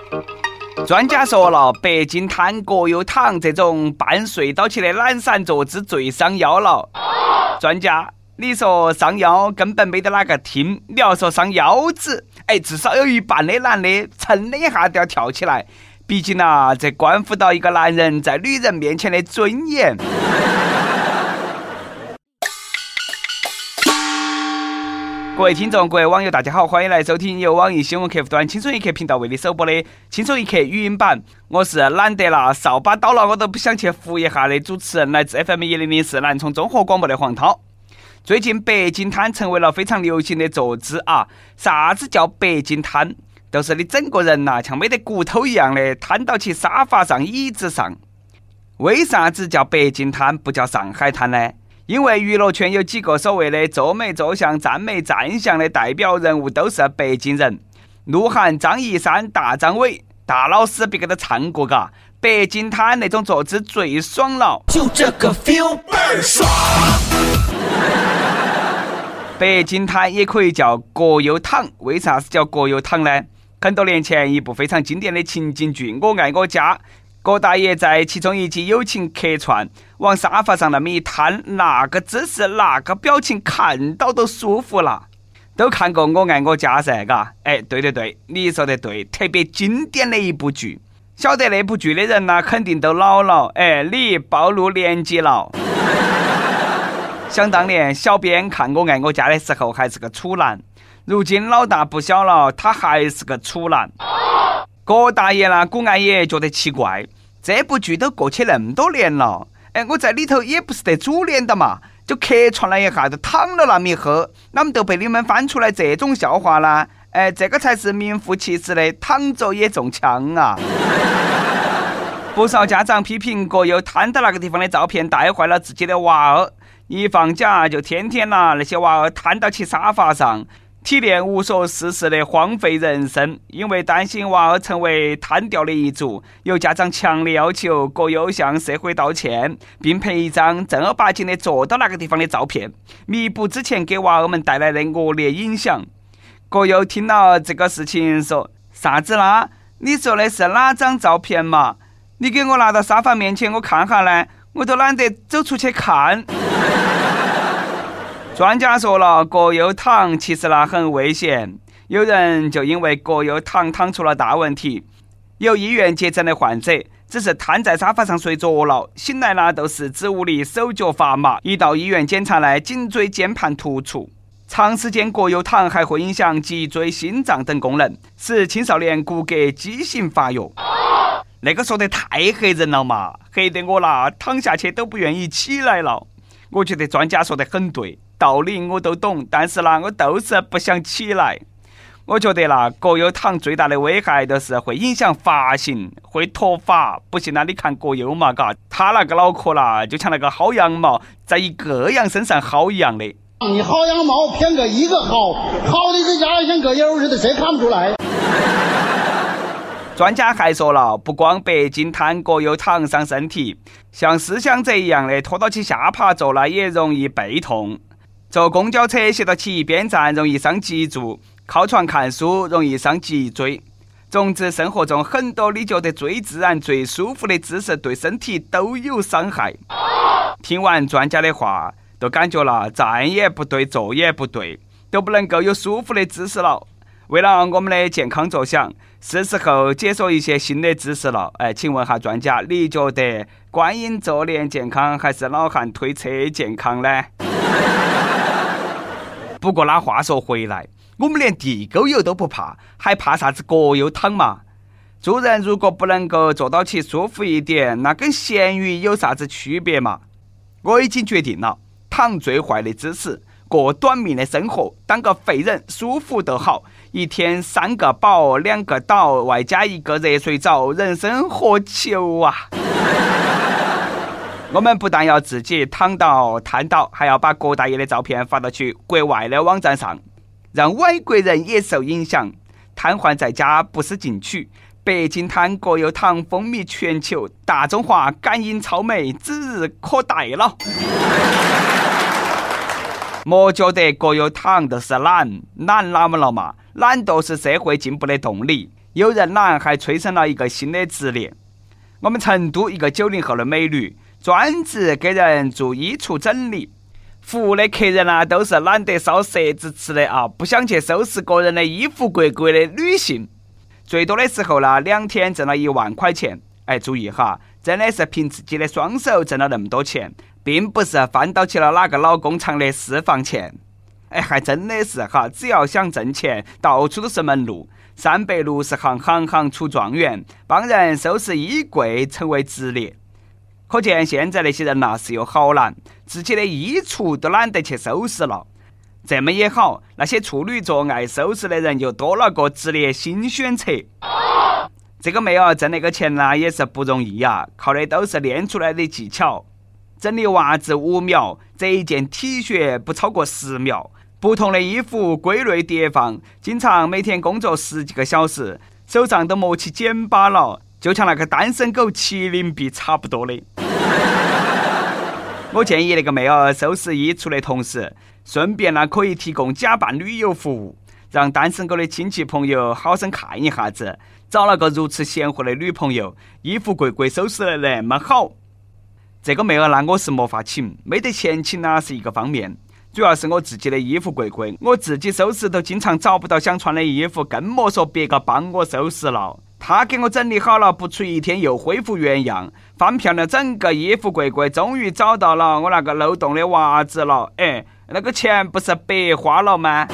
专家说了，北京摊、国有躺这种半隧道起的懒散坐姿最伤腰了。专家，你说伤腰根本没得哪个听，你要说伤腰子，至少有一半的男的蹭的一下都要跳起来。毕竟啊，这关乎到一个男人在女人面前的尊严。各位听众，各位网友，大家好，欢迎来收听由网易新闻客户端轻松一刻频道为你首播的轻松一刻语音版。我是懒得了，扫把刀了我都不想去扶一下的主持人，来自 FM1004 南充综合广播的黄涛。最近北京摊成为了非常流行的坐姿啊！啥子叫北京摊？都是你整个人像没得骨头一样的瘫到起沙发上、椅子上。为啥子叫北京摊不叫上海滩呢？因为娱乐圈有几个所谓的做美做相、赞美赞相的代表人物都是北京人，鹿晗、张一山、大张伟，大老师别给他唱过嘎。北京摊那种坐姿最爽了， 就这个 feel 倍儿爽。 北京摊也可以叫国有躺，为啥是叫国有躺呢？很多年前一部非常经典的情景剧《我爱我家》，郭大爷在其中一集友情客串，往沙发上那么一瘫，那个姿势那个表情看到都舒服了。都看过《我爱我家》噻，嘎？对，你说的对，特别经典的一部剧。晓得那部剧的人呢，肯定都老了，你暴露年纪了。想当年小编看《我爱我家》的时候还是个处男，如今老大不小了，他还是个处男。郭大爷呢，古安也觉得奇怪，这部剧都过去那么多年了，我在里头也不是得主脸的嘛，就客串了一下就躺了那么一会，那么都被你们翻出来这种笑话啦？这个才是名副其实的躺着也中枪啊！不少家长批评国有瘫到那个地方的照片带坏了自己的娃儿，一放假就天天那些娃儿瘫到起沙发上，体验无所事事的荒废人生。因为担心娃儿成为瘫掉的一族，有家长强烈要求国有向社会道歉，并拍一张正儿八经的坐到那个地方的照片，弥补之前给娃儿们带来的恶劣影响。国有听了这个事情说：啥子啦？你说的是哪张照片嘛？你给我拿到沙发面前我看下来，我都懒得走出去看。专家说了，国有躺其实很危险，有人就因为国有躺出了大问题。有医院接诊的患者只是瘫在沙发上睡着了，醒来都四肢无力、手脚发麻，一到医院检查呢，颈椎间盘突出。长时间国有躺还会影响脊椎、心脏等功能，使青少年骨骼畸形发育。那个说得太吓人了嘛，吓得我躺下去都不愿意起来了。我觉得专家说得很对，道理我都懂，但是我都是不想起来。我觉得国有躺最大的危害就是会影响发型，会脱发。不信你看国有嘛，嘎，他那个脑壳就像那个薅羊毛在一个羊身上薅一样的。 你薅羊毛偏个一个薅的这家像个油似的，谁看不出来？ 专家还说了，不光北京瘫、国有躺伤身体，像思想者一样的拖到起下巴坐也容易背痛。坐公交车斜到起一边站容易伤脊柱，靠床看书容易伤脊椎。总之，生活中很多你觉得最自然、最舒服的姿势对身体都有伤害。听完专家的话，都感觉站也不对，坐也不对，都不能够有舒服的姿势了。为了我们的健康着想，是时候解说一些新的知识了。请问下专家，你觉得观音坐莲健康还是老汉推车健康呢？不过话说回来，我们连地沟油都不怕，还怕啥子国有躺嘛？做人如果不能够做到起舒服一点，那跟咸鱼有啥子区别嘛？我已经决定了，躺最坏的姿势，过短命的生活，当个废人舒服得好，一天3个饱2个倒，外加1个热水澡，人生何求啊！我们不但要自己躺倒瘫倒，还要把郭大爷的照片发到去国外的网站上，让外国人也受影响。瘫痪在家不思进取，北京瘫、国有躺风靡全球，大中华感应超美指日可待了。莫觉得国有躺都是懒哪么了嘛？懒惰是社会进步的动力。 有人呢还催生了一个新的职业。我们成都一个90后的美女，专职给人做衣橱整理。服务的客人呢都是懒得烧舌子吃的啊，不想去收拾个人的衣服柜柜的女性。最多的时候呢，2天挣了1万块钱。哎，注意哈，真的是凭自己的双手挣了那么多钱，并不是翻到起了哪个老工厂的私房钱。哎，还真的是哈，只要想挣钱，到处都是门路。360行，行行出状元，帮人收拾衣柜成为职业。可见现在那些人是有好难，自己的衣橱都懒得去收拾了。这么也好，那些处女座爱收拾的人又多了个职业新选择。这个妹儿挣那个钱呢也是不容易啊，靠的都是练出来的技巧。整理袜子5秒，这一件 T 恤不超过10秒。不同的衣服归类叠放，经常每天工作10几个小时，手上都磨起茧巴了，就像那个单身狗麒麟臂差不多的。我建议那个妹儿收拾衣橱的同时，顺便呢可以提供假扮旅游服务，让单身狗的亲戚朋友好生看一下子，找了个如此贤惠的女朋友，衣服柜柜收拾得那么好。这个妹儿呢我是没法请，没得钱请呢是一个方面，主要是我自己的衣服柜柜，我自己收拾都经常找不到想穿的衣服，更莫说别个帮我收拾了。他给我整理好了，不出1天又恢复原样，翻遍了整个衣服柜柜，终于找到了我那个漏洞的袜子了。哎，那个钱不是白花了吗？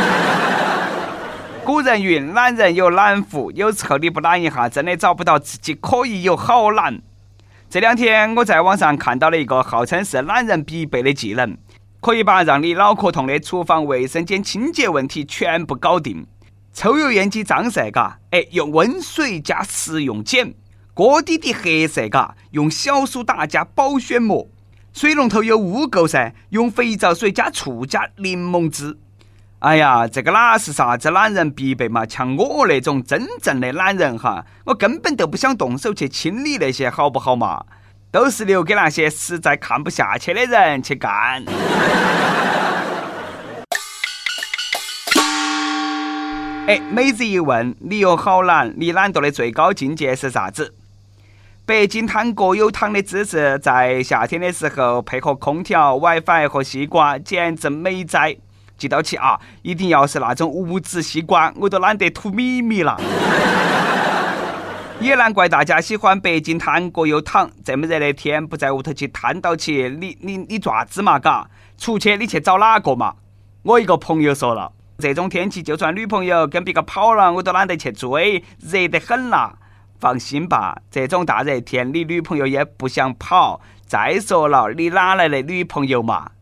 古人云，懒人有懒福，有时候你不懒一下，真的找不到自己可以有好懒。这2天我在网上看到了一个号称是懒人必备的技能，可以把让你脑壳痛的厨房卫生间清洁问题全部搞定。抽油烟机脏色嘎，用温水加食用碱；锅底的黑色嘎，用小苏打加保鲜膜；水龙头有污垢噻，用肥皂水加醋加柠檬汁。哎呀，这个哪是啥子懒人必备嘛？像我那种真正的懒人哈，我根本都不想动手去清理那些，好不好嘛？都是留给那些实在看不下去的人去干。每日一问，你有好懒，你懒惰的最高境界是啥子？北京摊国有汤的姿势，在夏天的时候配合空调、WiFi 和西瓜，简直美哉！记到起啊，一定要是那种无籽西瓜，我都懒得吐米米了。也难怪大家喜欢北京摊国有汤，这么热的天不在屋头去摊到起，你爪子嘛嘎？出去你去找哪个嘛？我一个朋友说了，这种天气就算女朋友跟别个跑了，我都懒得去追，热得很啦。放心吧，这种大热天你女朋友也不想跑。再说了，你哪来的女朋友嘛？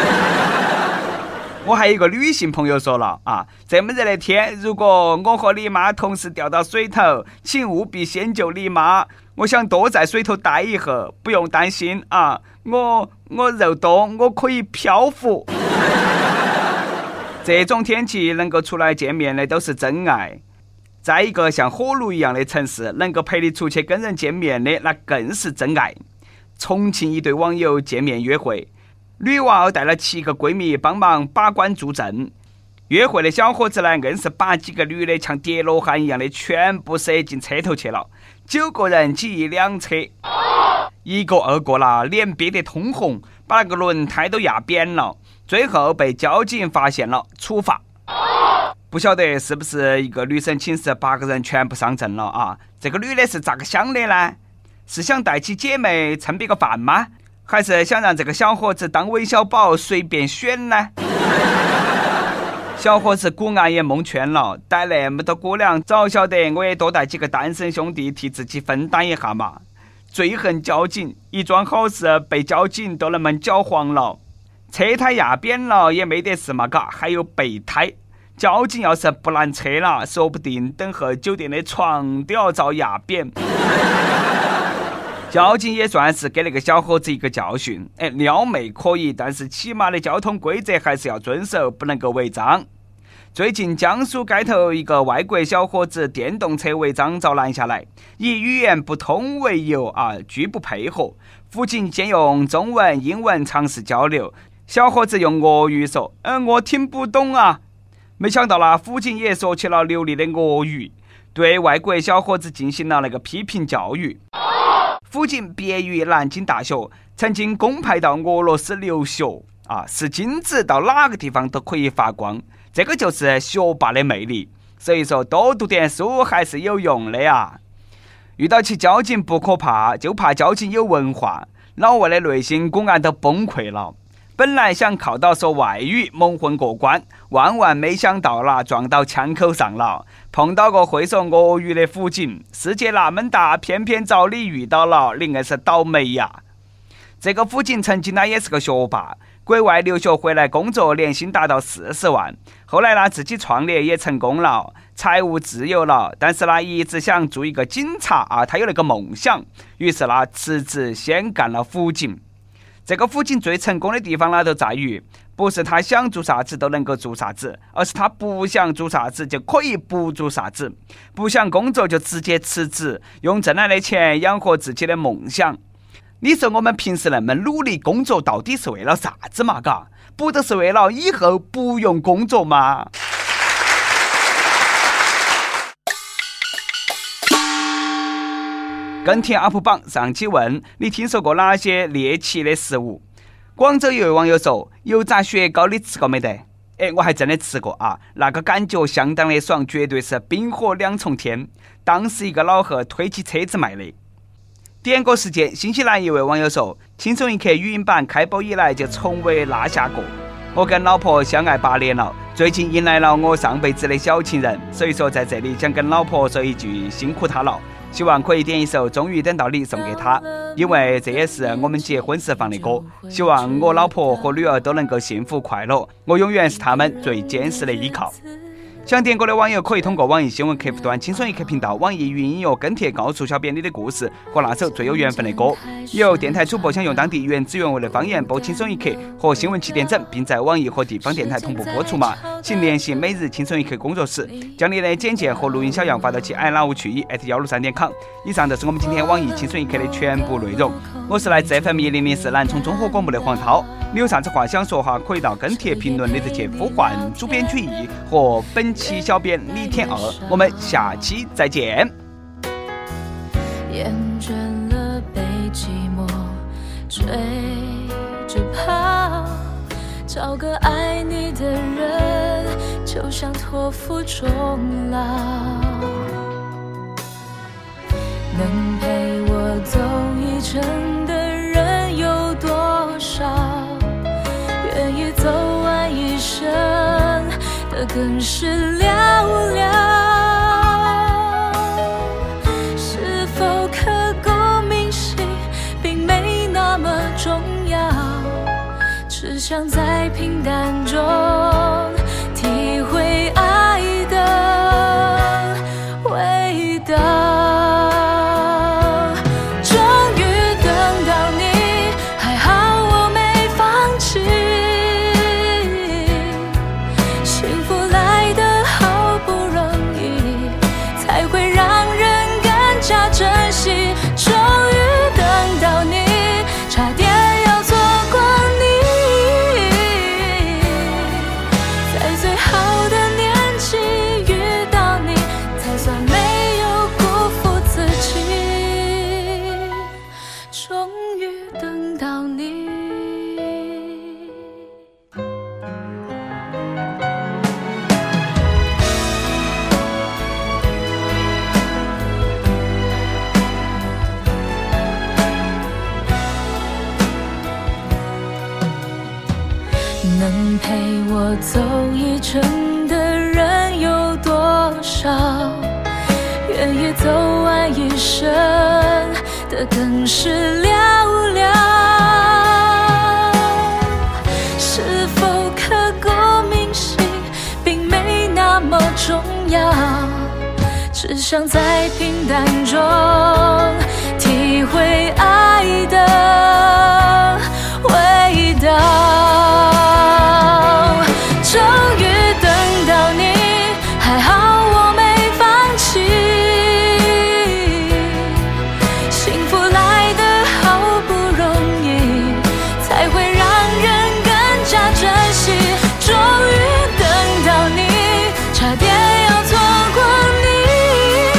我还有一个女性朋友说了啊，这么热的天，如果我和你妈同时掉到水头，请务必先救你妈。我想多在水头待一会儿，不用担心啊，我肉多，我可以漂浮。这种天气能够出来见面的都是真爱。在一个像火炉一样的城市，能够陪你出去跟人见面的，那更是真爱。重庆一对网友见面约会，女娃带了7个闺蜜帮忙把关助阵，约会的小伙子呢，硬是把几个女的像叠罗汉一样的全部塞进车头去了，9个人挤1辆车，一个二个啦，脸憋得通红，把那个轮胎都压扁了，最后被交警发现了，处罚。不晓得是不是一个女生寝室8个人全部上阵了啊？这个女的是咋个想的呢？是想带起姐妹蹭别个饭吗？还是想让这个小伙子当韦小宝随便选呢？小伙子骨癌也蒙圈了，带那么多姑娘，早晓得我也多带几个单身兄弟替自己分担一下嘛。最恨交警，一桩好事被交警都那么搅黄了。车胎压扁了也没得事嘛嘎，还有备胎。交警要是不拦车了，说不定等候酒店的床都要遭压扁。交警也算是给那个小伙子一个教训，撩妹可以，但是起码的交通规则还是要遵守，不能够违章。最近江苏街头一个外国小伙子电动车违章遭拦下来，以语言不通为由拒不配合。辅警先用中文、英文尝试交流，小伙子用俄语说：“我听不懂啊。”没想到啦，辅警也说起了流利的俄语。 对外国小伙子进行了那个批评教育。辅警毕业于南京大学，曾经公派到俄罗斯留学是金子到哪个地方都可以发光，这个就是学霸的魅力。所以说多读点书还是有用的呀。遇到起交警不可怕，就怕交警有文化。老外的内心公安都崩溃了，本来想靠到说外语蒙混过关，万万没想到啦，撞到枪口上了。碰到个会说俄语的辅警，世界那么大，偏偏找你遇到了，你硬是倒霉呀。这个辅警曾经呢也是个学霸，国外留学回来工作，年薪达到40万。后来呢自己创业也成功了，财务自由了，但是呢一直想做一个警察他有那个梦想，于是呢辞职先干了辅警。这个辅警最成功的地方呢，就在于不是他想做啥子都能够做啥子，而是他不想做啥子就可以不做啥子，不想工作就直接辞职，用挣来的钱养活自己的梦想。你说我们平时那么努力工作，到底是为了啥子嘛？嘎，不就是为了以后不用工作吗？跟帖 UP 榜上期问你听说过哪些猎奇的食物？广州有位网友说，油炸雪糕你吃过没得？我还真的吃过那个感觉相当的爽，绝对是冰火两重天。当时一个老贺推起车子卖的。点歌时间，新西兰一位网友说，轻松一刻语音版开播以来就从未落下过。我跟老婆相爱8年了，最近迎来了我上辈子的小情人，所以说在这里想跟老婆说一句辛苦她了，希望可以点一首终于等到你送给她，因为这也是我们结婚时放的歌。希望我老婆和女儿都能够幸福快乐，我永远是他们最坚实的依靠。想点歌的网友可以通过网易新闻客户端轻松一刻频道、网易云音乐跟帖告诉小编你的故事和那首最有缘分的歌。有电台主播想用当地原汁原味的方言播轻松一刻和新闻7点整，并在网易和地方电台同步播出吗？请联系每日轻松一刻工作室，将你的简介和录音小样发到其@163.com。以上就是我们今天网易轻松一刻的全部内容。我是来自 FM 1004南充综合广播的黄涛，你有啥子话想说哈，可以到跟帖评论里头去呼唤主编曲艺和本期小编李天二。我们下期再见。 厌倦了被寂寞追着跑，找个爱你的人，就像托付终老。能陪我走一程的人有多少？愿意走完一生的更是寥寥。是否刻骨铭心并没那么重要，只想在平淡中体会爱的味道。能陪我走一程的人有多少？愿意走完一生的更是寥寥。是否刻骨铭心并没那么重要，只想在平淡中体会爱的味道。终于等到你，还好我没放弃。幸福来得好不容易，才会让人更加珍惜。终于等到你，差点要错过你。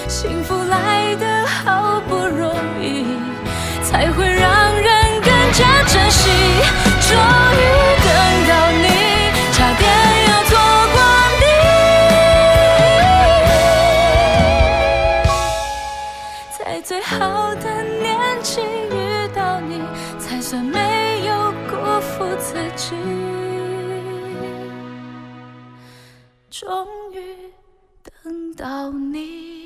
幸福来得好不容易，才会让人更加珍惜。终于等到你，差点要错过你，在最好的年纪遇到你，才算没有辜负自己。终于等到你。